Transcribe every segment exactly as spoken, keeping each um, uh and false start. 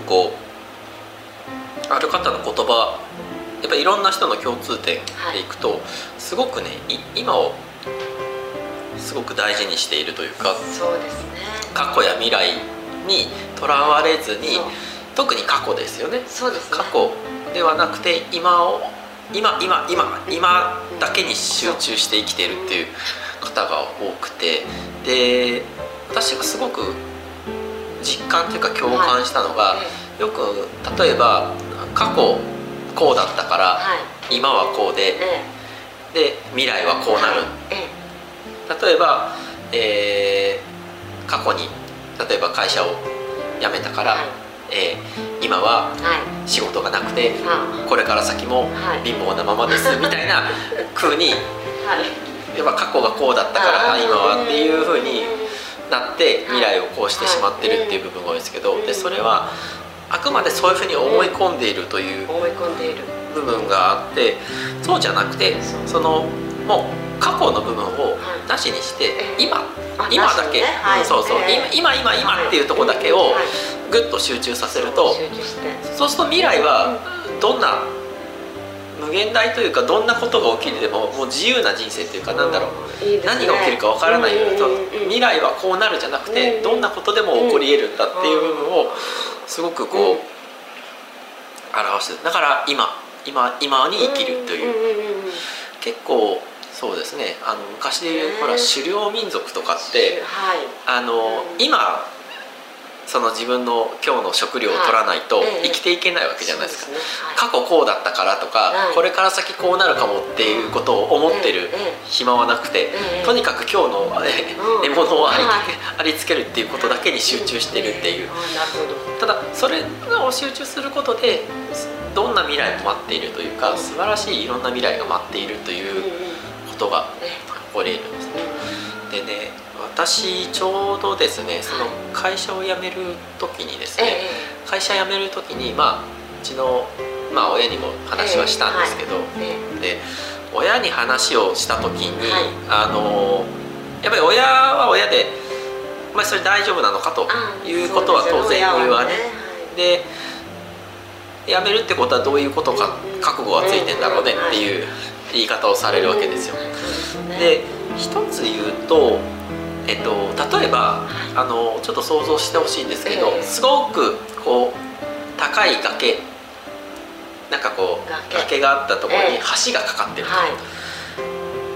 こうある方の言葉、やっぱりいろんな人の共通点でいくと、はい、すごくね今をすごく大事にしているというか、 そうですね、 過去や未来にとらわれずに、特に過去ですよね。 そうですね、 過去ではなくて今を今今今今だけに集中して生きているっていう方が多くて、で私がすごく実感というか共感したのが、はい、よく例えば過去こうだったから、はい、今はこうで、ええ、で未来はこうなる、ええ、例えば、えー、過去に例えば会社を辞めたから、はい、えー、今は仕事がなくて、はい、これから先も貧乏なままです、はい、みたいな風に、はい、やっぱ過去がこうだったから今はっていう風になって未来をこうしてしまってるっていう部分が多いですけど、でそれはあくまでそういうふうに思い込んでいるという部分があって、そうじゃなくてそのもう過去の部分をなしにして今今だけ、そうそう今今今っていうところだけをぐっと集中させると、そうすると未来はどんな無限大というかどんなことが起きてももう自由な人生というか、なんだろう、いいですね、何が起きるかわからないようなと、未来はこうなるじゃなくてどんなことでも起こり得るんだっていう部分をすごくこう表してる。だから今今今に生きるという、結構そうですね、あの昔でいうほら狩猟民族とかって、あの今その自分の今日の食料を取らないと生きていけないわけじゃないですか。過去こうだったからとか、これから先こうなるかもっていうことを思ってる暇はなくて、とにかく今日の獲物をありありつけるっていうことだけに集中してるっていう。ただそれを集中することでどんな未来も待っているというか、素晴らしいいろんな未来が待っているということが起こり得るんですね。でね、私ちょうどですね、その会社を辞める時にですね、会社辞める時に、まあ、うちの、まあ、親にも話はしたんですけど、で親に話をした時に、あのやっぱり親は親で、まあ、それ大丈夫なのかということは当然言われ、で辞めるってことはどういうことか覚悟がついてんだろうねっていう言い方をされるわけですよ。で一つ言うと、えっと、例えばあのちょっと想像してほしいんですけど、すごくこう高い崖、なんかこう崖があったところに橋がかかってると、はい、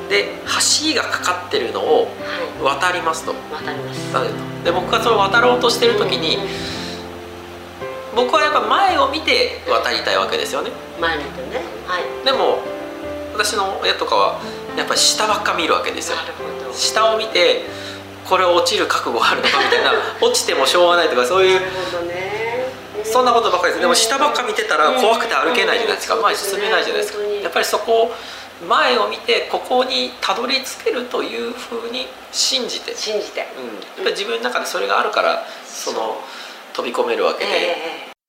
で橋がかかってるのを渡りますと、 渡ります。 で僕がそれを渡ろうとしてる時に、僕はやっぱ前を見て渡りたいわけですよね。 前見てね、はい、 でも私の親とかはやっぱり下ばっか見るわけですよ。下を見てこれ落ちる覚悟があるのかみたいな落ちてもしょうがないとか、そういうそんなことばっかりです。でも下ばっか見てたら怖くて歩けないじゃないですか、前に進めないじゃないですか。やっぱりそこを前を見てここにたどり着けるというふうに信じて信じて、 うん、やっぱり自分の中でそれがあるからその飛び込めるわけで、えー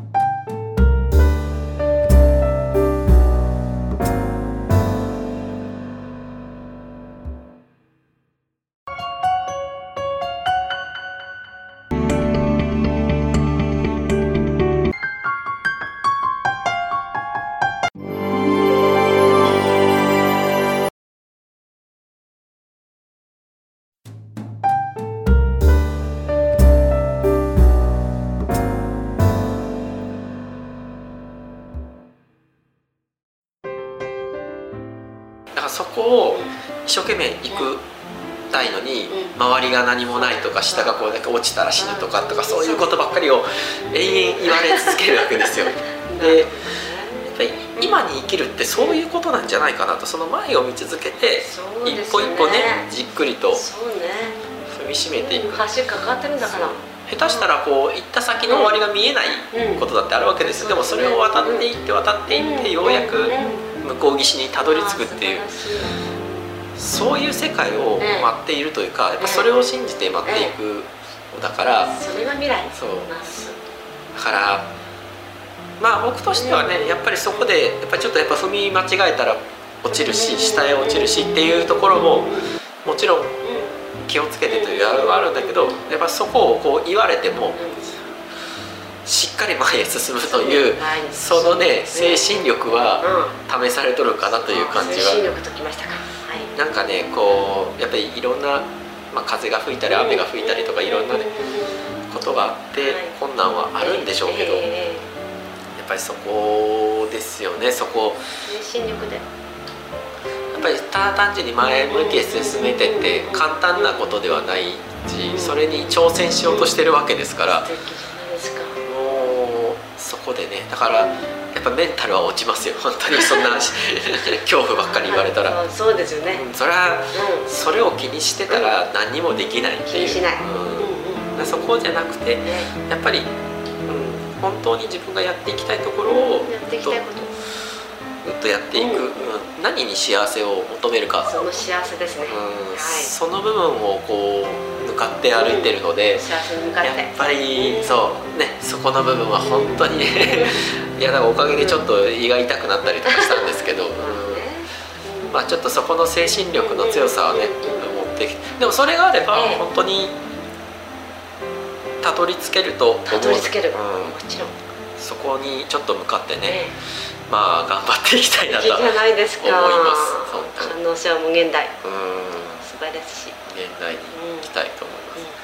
そこを一生懸命行くたいのに、周りが何もないとか下がこうだけ落ちたら死ぬとかとか、そういうことばっかりを延々言われ続けるわけですよ。でやっぱり今に生きるってそういうことなんじゃないかなと、その前を見続けて一歩一歩ねじっくりと踏みしめていく。 橋かかってるんだから、 下手したらこう行った先の終わりが見えないことだってあるわけですよ。でもそれを渡っていって渡っていってようやく向こう岸にたどり着くっていう、そういう世界を待っているというか、やっぱそれを信じて待っていくのだから、 それが未来。 そうだからまあ僕としてはね、やっぱりそこでやっぱりちょっとやっぱ踏み間違えたら落ちるし、下へ落ちるしっていうところももちろん気をつけてというあれはあるんだけど、やっぱそこをこう言われてもしっかり前へ進むという前にそのね精神力はうん試されとるかなという感じ精神は、 力ときましたか。はい。 なんかねこうやっぱりいろんな、まあ、風が吹いたり雨が吹いたりとかいろんなねことがあってはい困難はあるんでしょうけど、やっえぱりそこですよね。そこえ精神力で。 やっぱりただ単純に前向きへ進めてって簡単なことではないし、それに挑戦しようとしてるわけですから、 素敵じゃないですか。 もうそこでねだからやっぱメンタルは落ちますよ本当にそんな恐怖ばっかり言われたら、 そうそうですよね。 うんそれはうん。 それを気にしてたら何にもできないっていう、 気にしない。 うんうんうん。 そこじゃなくてね、 やっぱり、うん、本当に自分がやっていきたいところをやっていきたいこと。 ぐっとやっていく、 うんうん何に幸せを求めるか、 その幸せですね。 うんはい。 その部分をこう向かって歩いてるので、 幸せに向かって。 やっぱりそうねそこの部分は本当にねいやだからおかげでちょっと胃が痛くなったりとかしたんですけど、うんまあね。 まあちょっとそこの精神力の強さはね持ってきて、でもそれがあればええ本当にたどり着けると思う。 たどり着ける。 うんもちろん。 そこにちょっと向かってね、 ね。 まあ頑張っていきたいなといいじゃないですか。 思います本当に可能性は無限大。 うん素晴らしい。 現代に行きたいと思います。